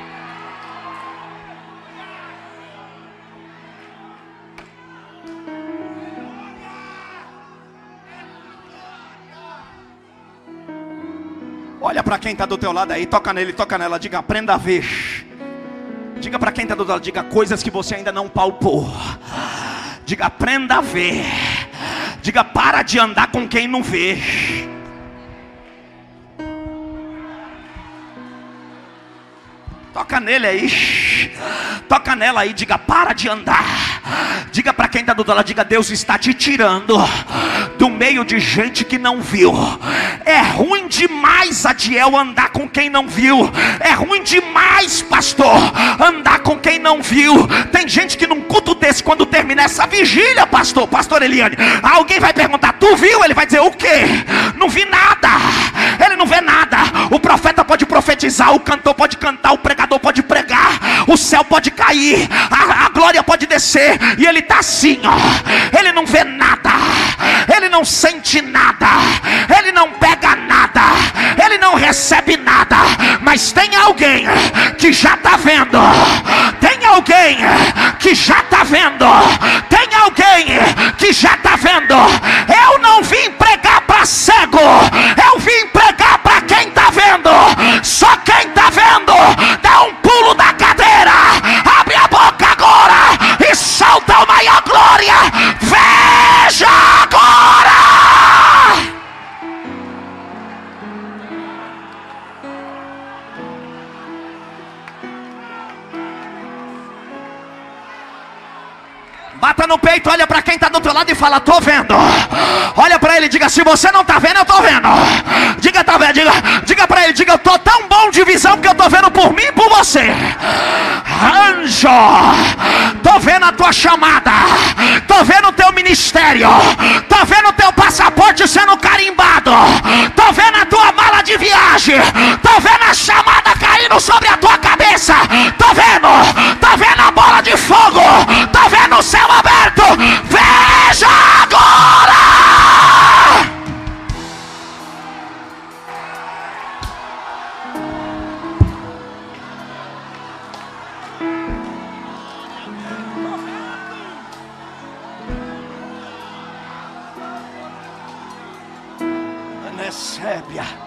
Olha para quem está do teu lado aí, toca nele, toca nela, diga: aprenda a ver. Diga para quem está do teu lado, diga coisas que você ainda não palpou. Diga: aprenda a ver. Diga: para de andar com quem não vê. Toca nele aí, toca nela aí, diga: para de andar. Diga para quem está do lado, diga: Deus está te tirando do meio de gente que não viu. É ruim demais, Adiel, andar com quem não viu. É ruim demais, pastor, andar com quem não viu. Tem gente que num culto desse, quando terminar essa vigília, pastor, pastor Eliane, alguém vai perguntar: tu viu? Ele vai dizer: o quê? Não vi nada. Ele não vê nada. O profeta pode profetizar, o cantor pode cantar, o pregador pode pregar, o céu pode cair, a, a glória pode descer, e ele está assim, ó. Ele não vê nada, ele não sente nada, ele não pega nada, ele não recebe nada. Mas tem alguém que já está vendo, tem alguém que já está vendo, tem alguém que já está vendo. Eu não vim pregar para cego, eu vim pregar para quem está vendo. Só quem está vendo, dá um pulo da cadeira, abre a boca agora e solta o maior glória. Veja agora. Bata no peito, olha para quem está do outro lado e fala: tô vendo. Olha para ele e diga: se você não está vendo, eu tô vendo. Diga: tá vendo? Diga, diga para ele, diga: eu tô tão bom de visão que eu tô vendo por mim e por você. Anjo, tô vendo a tua chamada, tô vendo o teu ministério, tô vendo o teu passaporte sendo carimbado, tô vendo a tua mala de viagem, tô vendo a chamada caindo sobre a tua cabeça, tô vendo, tô vendo a bola de fogo, tô vendo o céu aberto. Veja agora. Recebe-a.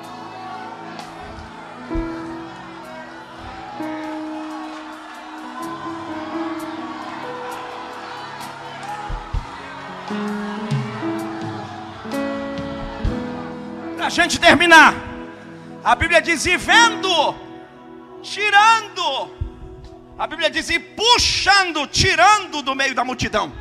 Para a gente terminar, a Bíblia diz: e vendo, tirando, a Bíblia diz: e puxando, tirando do meio da multidão.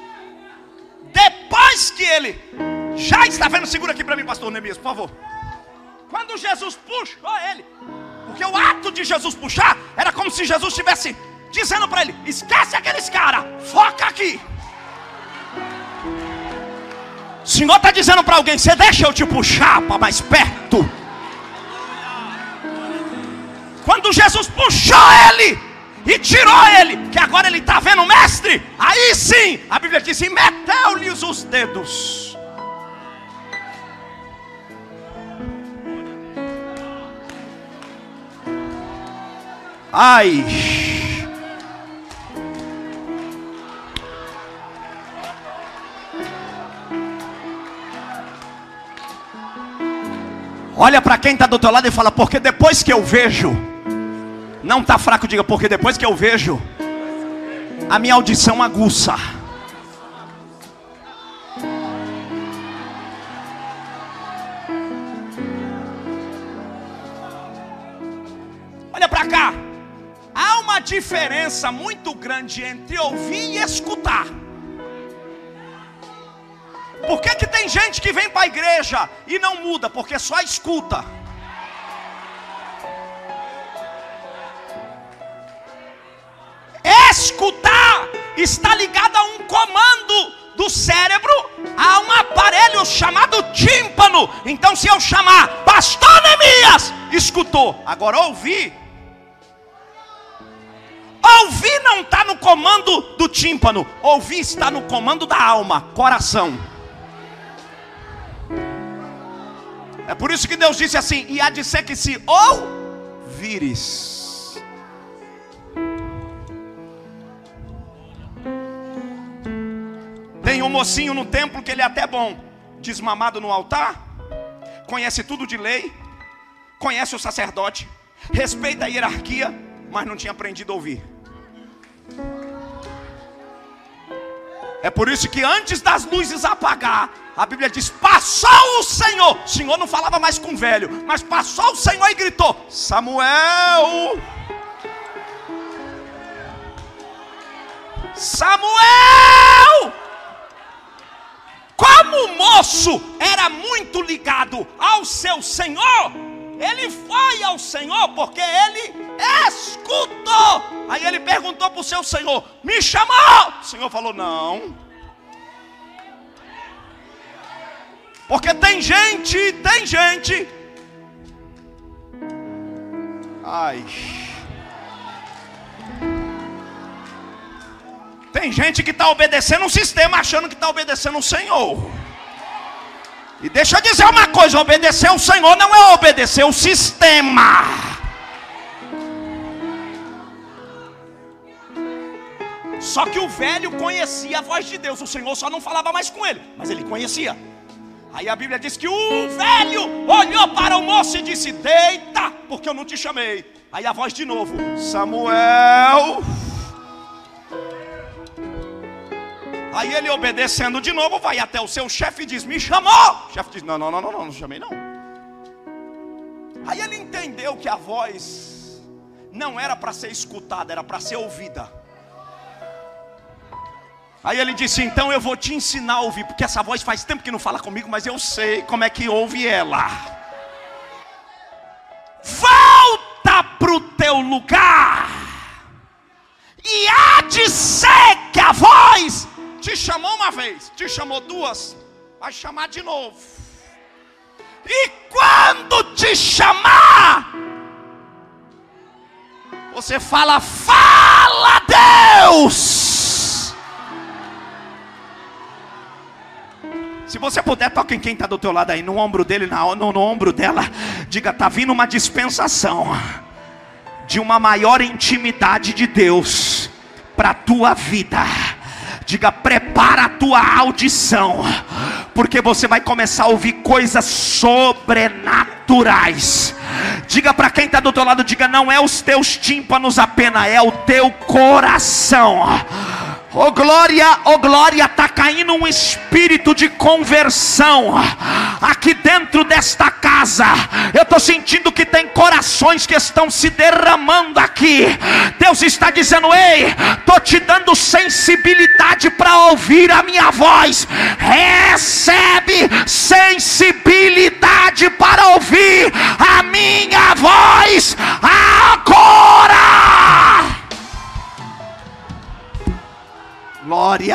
Depois que ele já está vendo, segura aqui para mim, pastor Neemias, por favor. Quando Jesus puxou ele, porque o ato de Jesus puxar era como se Jesus estivesse dizendo para ele: esquece aqueles caras, foca aqui. O Senhor está dizendo para alguém: você deixa eu te puxar para mais perto. Quando Jesus puxou ele e tirou ele, que agora ele está vendo o mestre, aí sim, a Bíblia diz: e meteu-lhes os dedos. Ai, olha para quem está do teu lado e fala: porque depois que eu vejo, não está fraco, diga: porque depois que eu vejo, a minha audição aguça. Olha para cá. Há uma diferença muito grande entre ouvir e escutar. Por que que tem gente que vem para a igreja e não muda? Porque só escuta. Escutar está ligado a um comando do cérebro, a um aparelho chamado tímpano. Então, se eu chamar pastor Neemias, escutou. Agora ouvir, ouvir não está no comando do tímpano, ouvir está no comando da alma, coração. É por isso que Deus disse assim: e há de ser que se ouvires. Tem um mocinho no templo que ele é até bom, desmamado no altar, conhece tudo de lei, conhece o sacerdote, respeita a hierarquia, mas não tinha aprendido a ouvir. É por isso que antes das luzes apagar, a Bíblia diz: passou o Senhor. O Senhor não falava mais com o velho, mas passou o Senhor e gritou: Samuel, Samuel. Como o moço era muito ligado ao seu Senhor, ele foi ao Senhor porque ele escutou. Aí ele perguntou para o seu Senhor: me chamou? O Senhor falou: não. Porque tem gente, tem gente. Ai. Tem gente que está obedecendo um sistema, achando que está obedecendo o Senhor. E deixa eu dizer uma coisa: obedecer o Senhor não é obedecer o sistema. Só que o velho conhecia a voz de Deus. O Senhor só não falava mais com ele, mas ele conhecia. Aí a Bíblia diz que o velho olhou para o moço e disse: deita, porque eu não te chamei. Aí a voz de novo: Samuel. Aí ele, obedecendo de novo, vai até o seu chefe e diz: me chamou? O chefe diz: não, não, não, não, não, não chamei não. Aí ele entendeu que a voz não era para ser escutada, era para ser ouvida. Aí ele disse: então eu vou te ensinar a ouvir, porque essa voz faz tempo que não fala comigo, mas eu sei como é que ouve ela. Volta para o teu lugar, e há de ser que a voz te chamou uma vez, te chamou duas, vai chamar de novo. E quando te chamar, você fala: fala, Deus. Se você puder, toca em quem está do teu lado aí, no ombro dele, no, no, no ombro dela. Diga: está vindo uma dispensação de uma maior intimidade de Deus para a tua vida. Diga: prepara a tua audição, porque você vai começar a ouvir coisas sobrenaturais. Diga para quem está do teu lado, diga: não é os teus tímpanos apenas, é o teu coração. Oh glória, oh glória, está caindo um espírito de conversão aqui dentro desta casa. Eu estou sentindo que tem corações que estão se derramando aqui. Deus está dizendo: ei, estou te dando sensibilidade para ouvir a minha voz. Recebe sensibilidade para ouvir a minha voz agora. Glória.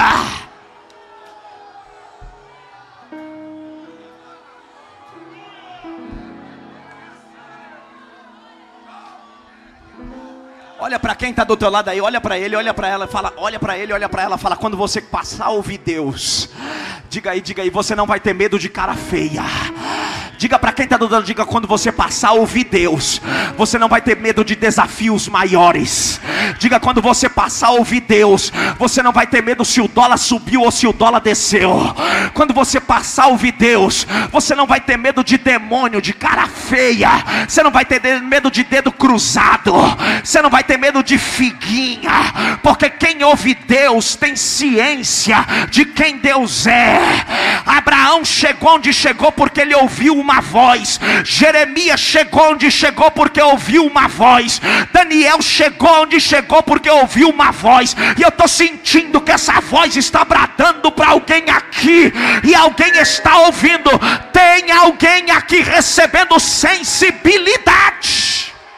Olha para quem está do teu lado aí, olha para ele, olha para ela, fala, olha para ele, olha para ela, fala: quando você passar a ouvir Deus, diga aí, diga aí, você não vai ter medo de cara feia. Diga para quem está do lado, diga: quando você passar a ouvir Deus, você não vai ter medo de desafios maiores. Diga: quando você passar a ouvir Deus, você não vai ter medo se o dólar subiu ou se o dólar desceu. Quando você passar a ouvir Deus, você não vai ter medo de demônio, de cara feia. Você não vai ter medo de dedo cruzado. Você não vai ter medo de figuinha, porque quem ouve Deus tem ciência de quem Deus é. Abraão chegou onde chegou porque ele ouviu uma voz. Jeremias chegou onde chegou porque ouviu uma voz. Daniel chegou onde chegou porque ouviu uma voz. E eu estou sentindo que essa voz está bradando para alguém aqui, e alguém está ouvindo. Tem alguém aqui recebendo sensibilidade.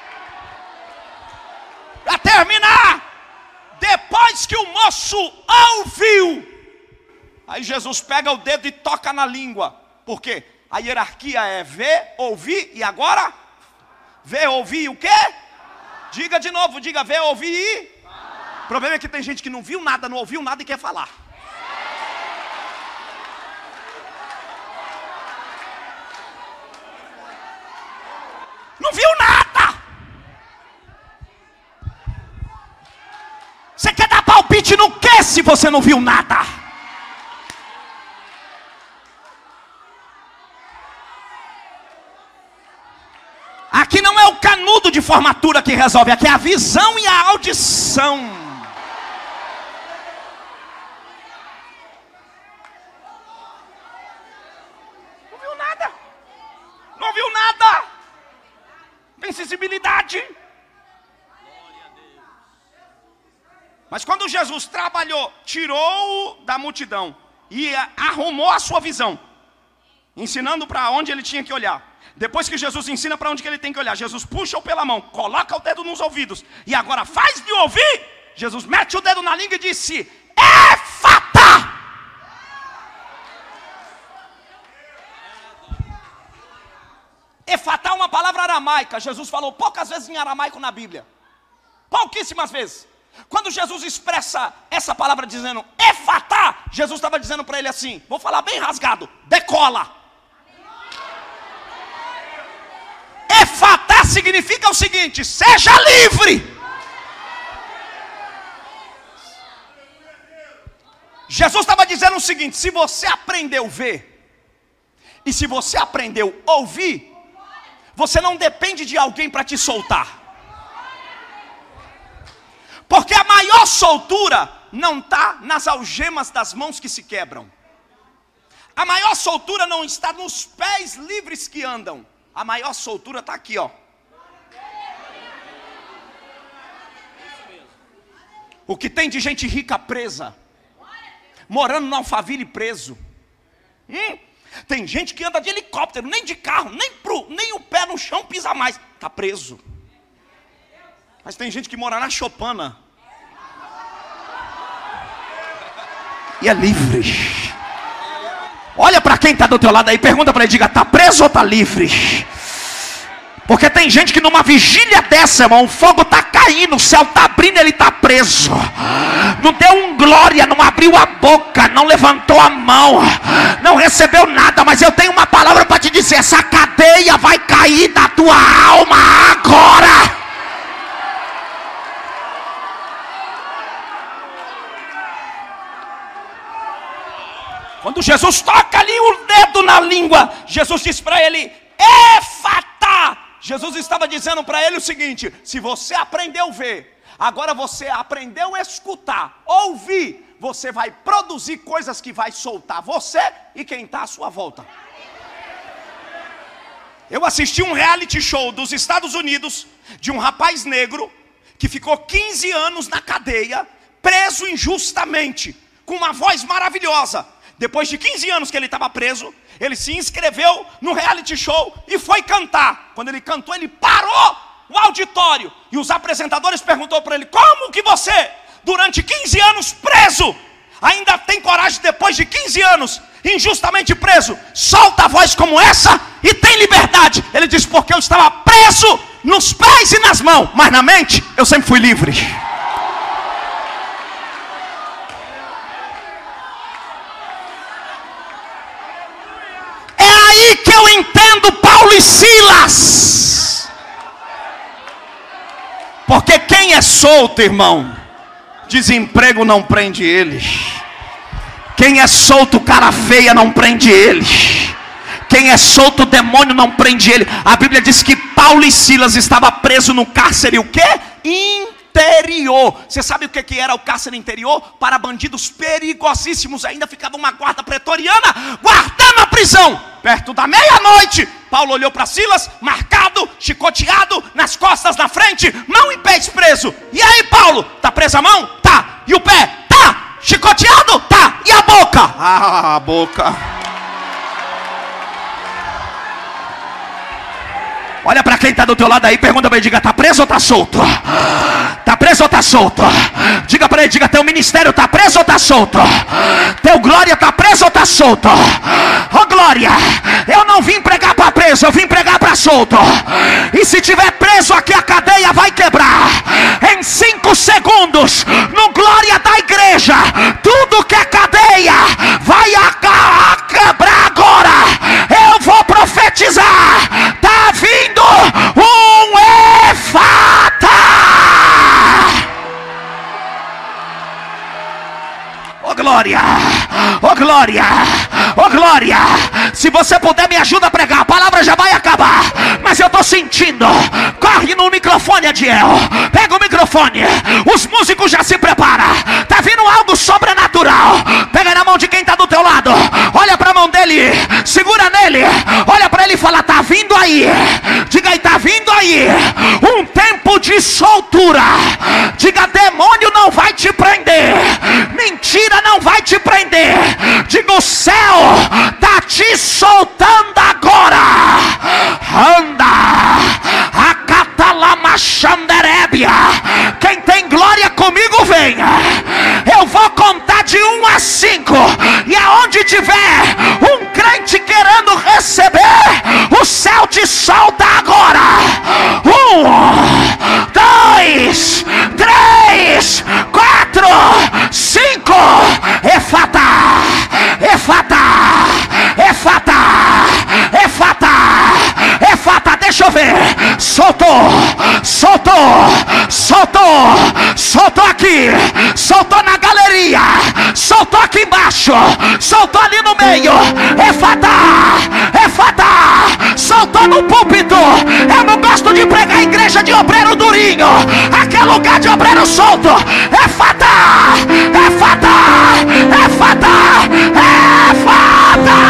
Para terminar, depois que o moço ouviu, aí Jesus pega o dedo e toca na língua. Por quê? A hierarquia é ver, ouvir e agora ver, ouvir e o quê? Diga de novo, diga: ver, ouvir e... O problema é que tem gente que não viu nada, não ouviu nada e quer falar. Não viu nada. Você quer dar palpite no que se você não viu nada? Aqui não é o canudo de formatura que resolve, aqui é a visão e a audição. Não viu nada. Não viu nada. Tem sensibilidade. Mas quando Jesus trabalhou, tirou-o da multidão e arrumou a sua visão, ensinando para onde ele tinha que olhar. Depois que Jesus ensina para onde que ele tem que olhar, Jesus puxa-o pela mão, coloca o dedo nos ouvidos e agora faz-lhe ouvir. Jesus mete o dedo na língua e disse: Éfata! Éfata é uma palavra aramaica. Jesus falou poucas vezes em aramaico na Bíblia. Pouquíssimas vezes. Quando Jesus expressa essa palavra dizendo Éfata, Jesus estava dizendo para ele assim, vou falar bem rasgado: decola. Éfata significa o seguinte: seja livre. Jesus estava dizendo o seguinte: se você aprendeu a ver e se você aprendeu a ouvir, você não depende de alguém para te soltar. Porque a maior soltura não está nas algemas das mãos que se quebram. A maior soltura não está nos pés livres que andam. A maior soltura está aqui, ó. O que tem de gente rica presa, morando no Alphaville preso. Hum? Tem gente que anda de helicóptero, nem de carro, nem, pro, nem o pé no chão pisa mais, está preso. Mas tem gente que mora na Chopana e é livre. Olha para quem está do teu lado aí, pergunta para ele, diga: está preso ou está livre? Porque tem gente que numa vigília dessa, irmão, o fogo está caindo, o céu está abrindo, ele está preso. Não deu um glória, não abriu a boca, não levantou a mão, não recebeu nada. Mas eu tenho uma palavra para te dizer: essa cadeia vai cair da tua alma agora. Quando Jesus toca ali o dedo na língua, Jesus diz para ele, Éfata. Jesus estava dizendo para ele o seguinte: se você aprendeu a ver, agora você aprendeu a escutar, ouvir, você vai produzir coisas que vai soltar você e quem está à sua volta. Eu assisti um reality show dos Estados Unidos, de um rapaz negro, que ficou quinze anos na cadeia, preso injustamente, com uma voz maravilhosa. Depois de quinze anos que ele estava preso, ele se inscreveu no reality show e foi cantar. Quando ele cantou, ele parou o auditório. E os apresentadores perguntaram para ele: como que você, durante quinze anos preso, ainda tem coragem, depois de quinze anos, injustamente preso, solta a voz como essa e tem liberdade? Ele disse: porque eu estava preso nos pés e nas mãos, mas na mente eu sempre fui livre. Que eu entendo Paulo e Silas, porque quem é solto, irmão, desemprego não prende eles. Quem é solto, cara feia não prende eles. Quem é solto, demônio não prende ele. A Bíblia diz que Paulo e Silas estavam presos no cárcere, o quê? Interior. Você sabe o que que era o cárcere interior? Para bandidos perigosíssimos. Ainda ficava uma guarda pretoriana guardando a prisão. Perto da meia-noite, Paulo olhou para Silas, marcado, chicoteado, nas costas, na frente, mão e pés preso. E aí, Paulo, tá preso a mão? Tá. E o pé? Tá. Chicoteado? Tá. E a boca? Ah, a boca. Olha para quem está do teu lado aí, pergunta para ele, diga: tá preso ou tá solto? Tá preso ou tá solto? Diga para ele, diga: teu ministério tá preso ou tá solto? Teu glória tá preso ou tá solto? Ô glória, eu não vim pregar para preso, eu vim pregar para solto. E se tiver preso aqui, a cadeia vai quebrar. Em cinco segundos, no glória da igreja, tudo que é cadeia vai a quebrar agora. Eu vou profetizar. Tá vindo um Éfata. Oh glória, oh glória, oh glória. Se você puder, me ajuda a pregar. A palavra já vai acabar, mas eu tô sentindo. Corre no microfone, Adiel. Pega o microfone. Os músicos já se preparam. Tá vindo algo sobrenatural. Pega na mão de quem tá do teu lado. Olha pra mão dele, segura nele. Olha pra ele e fala: tá vindo aí. Diga aí: tá vindo aí um tempo de soltura. Diga: demônio não vai te prender, mentira não vai te prender. Diga: o céu tá te soltando agora. Anda, acatalamachanderébia. Quem tem glória comigo, venha. Eu vou contar de um a cinco, e aonde tiver um crente querendo receber, o céu te solta agora. Um, dois, três, quatro, cinco. Éfata, Éfata, Éfata, Éfata, Éfata. Deixa eu ver. Soltou, soltou, soltou, soltou aqui, soltou na galeria, soltou aqui embaixo, soltou ali no meio. Éfata, Éfata, soltou no púlpito. Eu não gosto de pregar em igreja de obreiro durinho. Aqui é lugar de obreiro solto. Éfata, Éfata, Éfata, Éfata.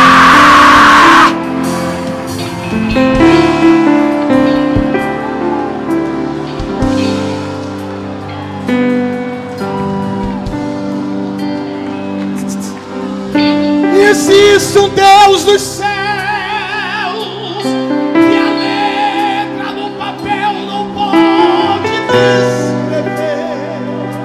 Existe um Deus dos céus que a letra no papel não pode descrever.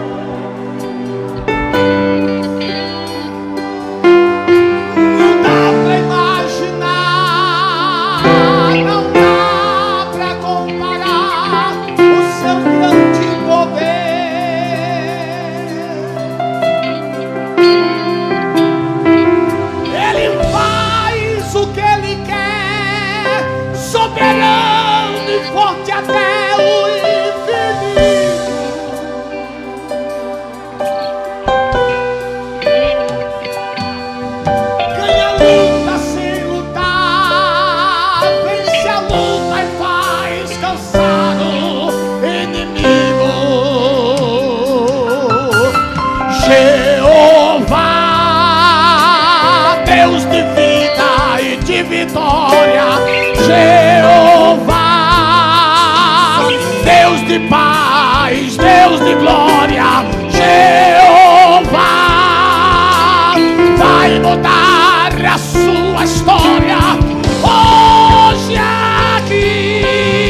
Não dá pra imaginar, não dá pra comparar o seu grande poder. Ele faz Deus de vida e de vitória, Jeová, Deus de paz, Deus de glória, Jeová, vai mudar a sua história hoje aqui.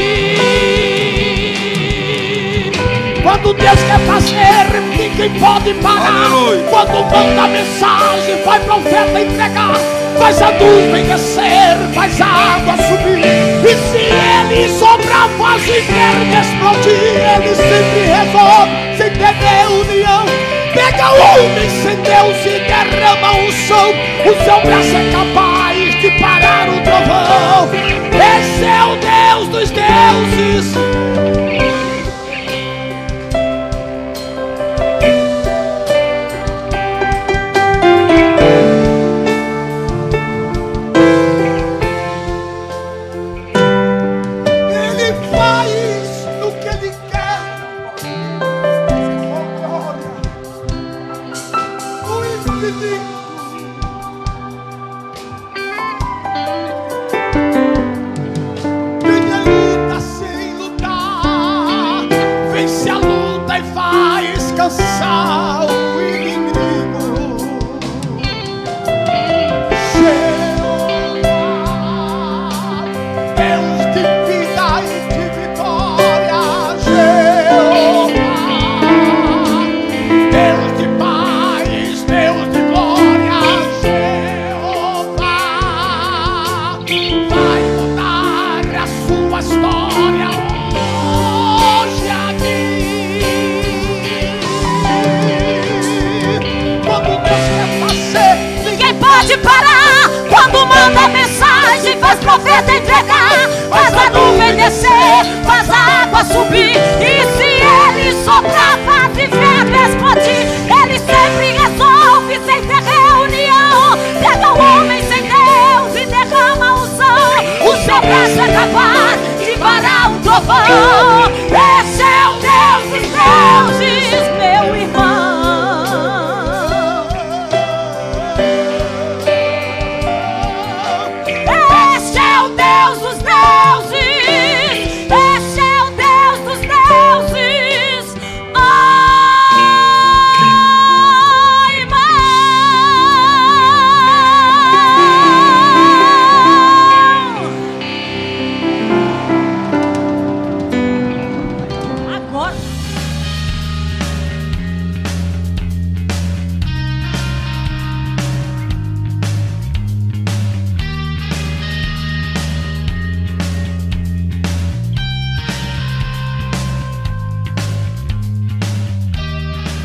Quando Deus quer fazer, ninguém pode parar. Aleluia. Quando manda mensagem, vai profeta entregar, faz a nuvem descer, faz a água subir. E se ele soprar, faz o inferno explodir. Ele sempre resolve sem ter reunião. Pega o homem sem Deus e derrama um som. O seu braço é capaz de parar o trovão. Esse é o Deus dos deuses. Faz a água subir. E se ele soprar, faz o inferno explodir. Ele sempre resolve sem ter reunião. Pega o homem sem Deus e derrama o som. O seu braço é capaz de parar o trovão.